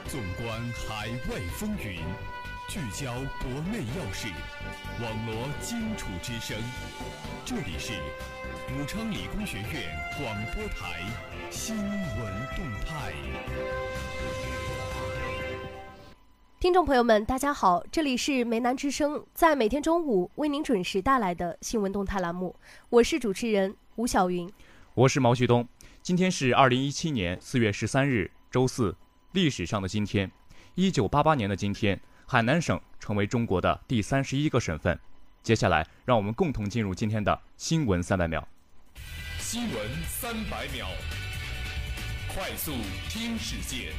纵观海外风云，聚焦国内要事，网罗荆楚之声。这里是武昌理工学院广播台新闻动态。 听众朋友们，大家好，这里是梅南之声，在每天中午为您准时带来的新闻动态栏目，我是主持人吴晓云， 我是毛旭东。今天是2017年4月13日，周四。历史上的今天，1988年的今天，海南省成为中国的第31个省份。接下来，让我们共同进入今天的新闻300秒。 新闻300秒，快速听世界。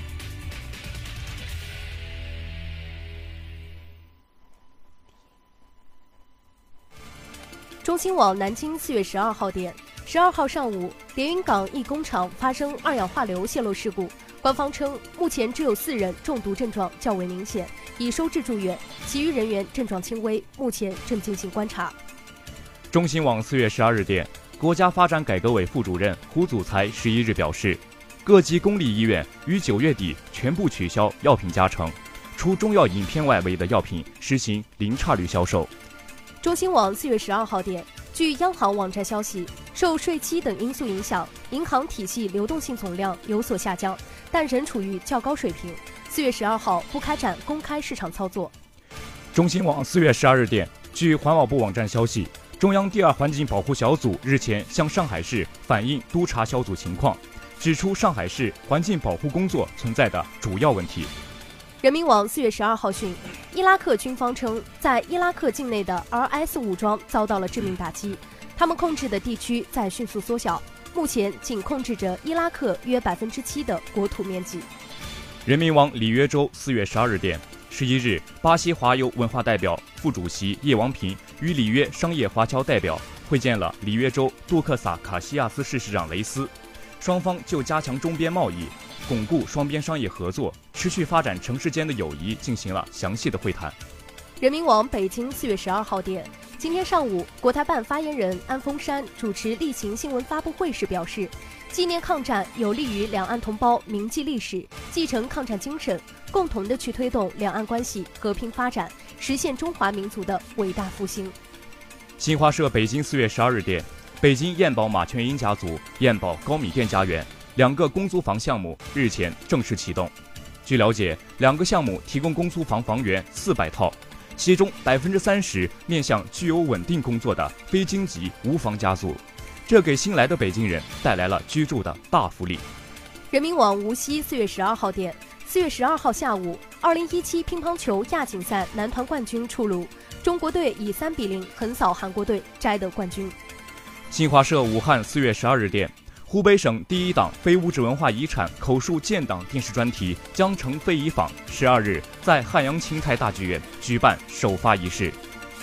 中新网南京4月12号电，12号上午，连云港一工厂发生二氧化硫泄漏事故。官方称，目前只有4人中毒症状较为明显，已收治住院，其余人员症状轻微，目前正进行观察。 中新网4月12日电，国家发展改革委副主任胡祖才11日表示，各级公立医院于9月底全部取消药品加成，除中药饮片外围的药品实行零差率销售。 中新网4月12号电，据央行网站消息，受税期等因素影响，银行体系流动性总量有所下降，但仍处于较高水平。4月12号不开展公开市场操作。 中新网4月12日电，据环保部网站消息，中央第2环境保护小组日前向上海市反映督查小组情况，指出上海市环境保护工作存在的主要问题。 人民网4月12号讯，伊拉克军方称，在伊拉克境内的 RS 武装遭到了致命打击，他们控制的地区在迅速缩小，目前仅控制着伊拉克约7%的国土面积。 人民网里约州4月12日电，11日，巴西华邮文化代表副主席叶王平与里约商业华侨代表会见了里约州杜克萨卡西亚斯市市长雷斯，双方就加强中边贸易、巩固双边商业合作、持续发展城市间的友谊进行了详细的会谈。 人民网北京4月12号电，今天上午，国台办发言人安峰山主持例行新闻发布会时表示，纪念抗战有利于两岸同胞铭记历史，继承抗战精神，共同的去推动两岸关系和平发展，实现中华民族的伟大复兴。 新华社北京4月12日电，北京燕宝马全英家族、燕宝高米店家园2个公租房项目日前正式启动。据了解，2个项目提供公租房房源400套，其中30%面向具有稳定工作的非京籍无房家族，这给新来的北京人带来了居住的大福利。 人民网无锡4月12号电，4月12号下午，2017乒乓球亚锦赛男团冠军出炉，中国队以3-0横扫韩国队，摘得冠军。 新华社武汉4月12日电，湖北省第1档非物质文化遗产口述建档电视专题《江城非遗坊》12日在汉阳青泰大剧院举办首发仪式。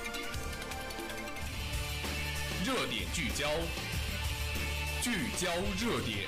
热点聚焦，聚焦热点。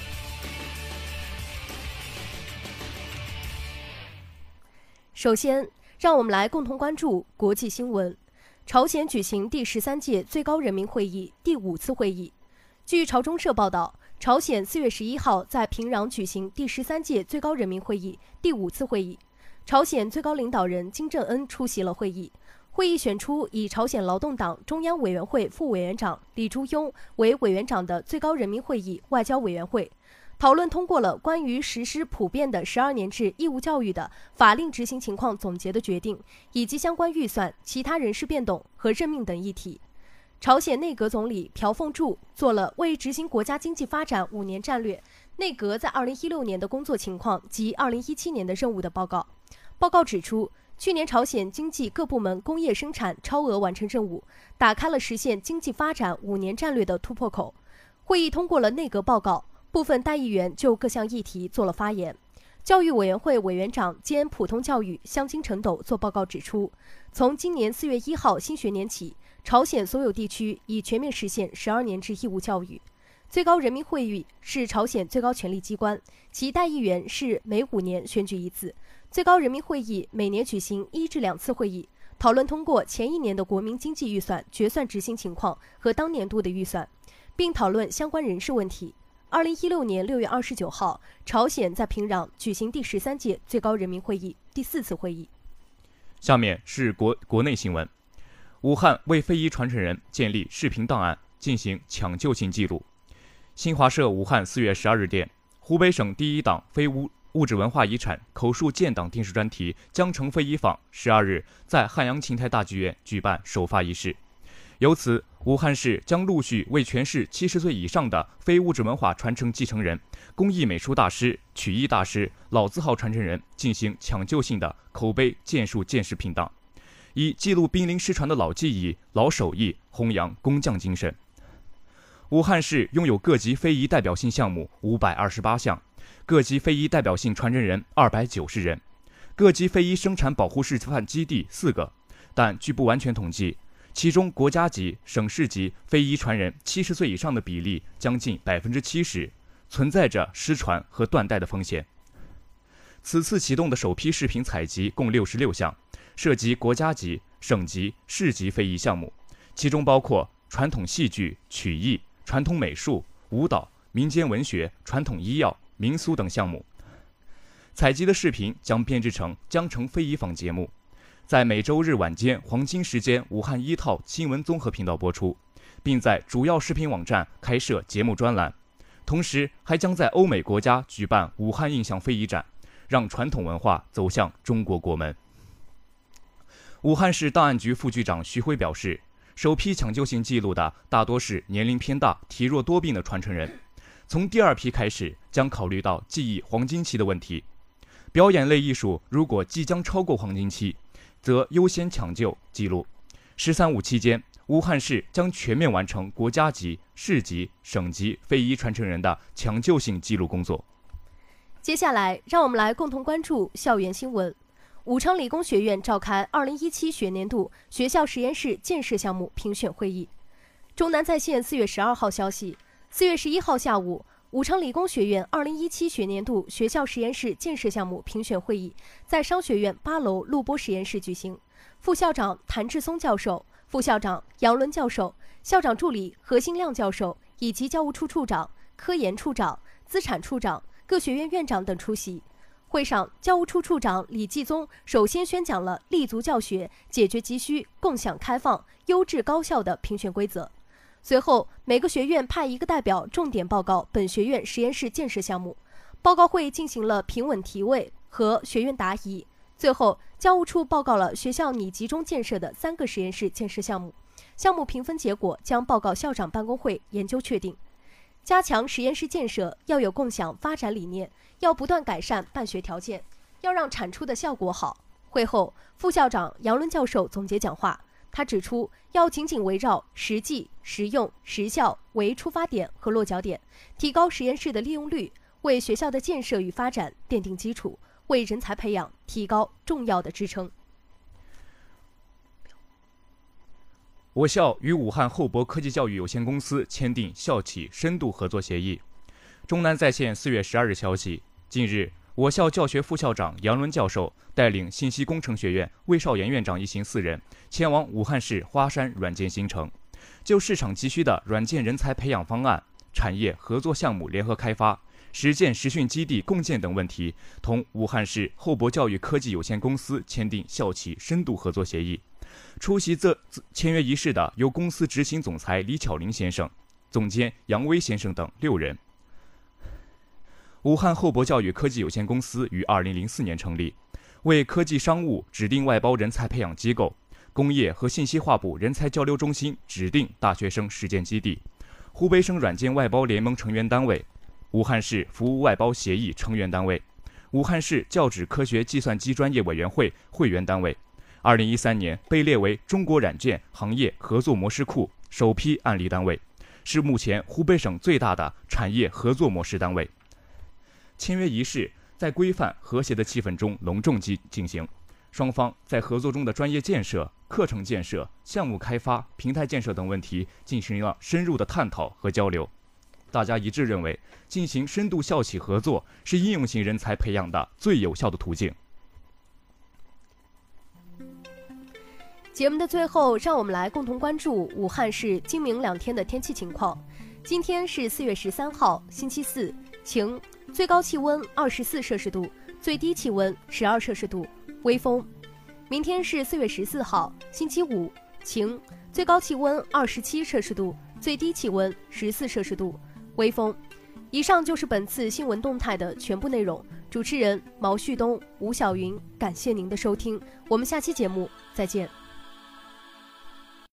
首先，让我们来共同关注国际新闻。朝鲜举行第13届最高人民会议第5次会议。据朝中社报道，朝鲜4月11号在平壤举行第13届最高人民会议第5次会议。朝鲜最高领导人金正恩出席了会议。会议选出以朝鲜劳动党中央委员会副委员长李柱庸为委员长的最高人民会议外交委员会，讨论通过了关于实施普遍的12年制义务教育的法令执行情况总结的决定，以及相关预算、其他人事变动和任命等议题。朝鲜内阁总理朴凤柱做了为执行国家经济发展5年战略内阁在2016年的工作情况及2017年的任务的报告。报告指出，去年朝鲜经济各部门工业生产超额完成任务，打开了实现经济发展5年战略的突破口。会议通过了内阁报告，部分代议员就各项议题做了发言。教育委员会委员长兼普通教育香金成斗做报告指出，从今年4月1号新学年起，朝鲜所有地区已全面实现12年制义务教育。最高人民会议是朝鲜最高权力机关，其代议员是每5年选举一次。最高人民会议每年举行1至2次会议，讨论通过前一年的国民经济预算决算执行情况和当年度的预算，并讨论相关人事问题。 2016年6月29号，朝鲜在平壤举行第13届最高人民会议第4次会议。 下面是国内新闻：武汉为非遗传承人建立视频档案，进行抢救性记录。新华社武汉4月12日电，湖北省第1档非物质文化遗产口述建档电视专题《江城非遗坊》12日在汉阳琴台大剧院举办首发仪式。由此，武汉市将陆续为全市70岁以上的非物质文化传承继承人、工艺美术大师、曲艺大师、老字号传承人进行抢救性的口碑建树建视频档，以记录濒临失传的老技艺、老手艺，弘扬工匠精神。武汉市拥有各级非遗代表性项目528项，各级非遗代表性传承人290人，各级非遗生产保护示范基地4个，但据不完全统计，其中国家级、省市级非遗传人70岁以上的比例将近70%，存在着失传和断代的风险。此次启动的首批视频采集共66项，涉及国家级、省级、市级非遗项目，其中包括传统戏剧、曲艺、传统美术、舞蹈、民间文学、传统医药、民俗等项目。采集的视频将编制成江城非遗坊节目，在每周日晚间黄金时间武汉1套新闻综合频道播出，并在主要视频网站开设节目专栏。同时，还将在欧美国家举办武汉印象非遗展，让传统文化走向中国国门。武汉市档案局副局长徐辉表示，首批抢救性记录的大多是年龄偏大、体弱多病的传承人，从第2批开始将考虑到记忆黄金期的问题。表演类艺术如果即将超过黄金期，则优先抢救记录。“13·5”期间，武汉市将全面完成国家级、市级、省级非遗传承人的抢救性记录工作。 接下来，让我们来共同关注校园新闻。武昌理工学院召开2017学年度学校实验室建设项目评选会议。中南在线4月12号消息，4月11号下午，武昌理工学院2017学年度学校实验室建设项目评选会议在商学院8楼录播实验室举行。副校长谭志松教授、副校长杨伦教授、校长助理何新亮教授以及教务处处长、科研处长、资产处长、各学院院长等出席。会上，教务处处长李继宗首先宣讲了立足教学、解决急需、共享开放、优质高效的评选规则。随后，每个学院派1个代表重点报告本学院实验室建设项目。报告会进行了平稳提问和学院答疑。最后，教务处报告了学校拟集中建设的3个实验室建设项目，项目评分结果将报告校长办公会研究确定。加强实验室建设要有共享发展理念，要不断改善办学条件，要让产出的效果好。会后，副校长杨伦教授总结讲话，他指出，要紧紧围绕实际、实用、实效为出发点和落脚点，提高实验室的利用率，为学校的建设与发展奠定基础，为人才培养提高重要的支撑。 我校与武汉厚博科技教育有限公司签订校企深度合作协议。中南在线4月12日消息，近日，我校教学副校长杨伦教授带领信息工程学院魏少岩院长一行4人前往武汉市花山软件新城，就市场急需的软件人才培养方案、产业合作项目联合开发、实践实训基地共建等问题，同武汉市厚博教育科技有限公司签订校企深度合作协议。出席这签约仪式的有公司执行总裁李巧玲先生、总监杨威先生等6人。武汉厚博教育科技有限公司于2004年成立，为科技商务指定外包人才培养机构、工业和信息化部人才交流中心指定大学生实践基地、湖北省软件外包联盟成员单位、武汉市服务外包协议成员单位、武汉市教职科学计算机专业委员会会员单位。2013年被列为中国软件行业合作模式库首批案例单位，是目前湖北省最大的产业合作模式单位。签约仪式在规范和谐的气氛中隆重进行，双方在合作中的专业建设、课程建设、项目开发、平台建设等问题进行了深入的探讨和交流。大家一致认为，进行深度校企合作是应用型人才培养的最有效的途径。 节目的最后，让我们来共同关注武汉市今明2天的天气情况。 今天是4月13号，星期四，晴，最高气温24摄氏度，最低气温12摄氏度，微风。明天是4月14号，星期五，晴，最高气温27摄氏度，最低气温14摄氏度，微风。以上就是本次新闻动态的全部内容。主持人毛旭东、吴晓云，感谢您的收听，我们下期节目再见。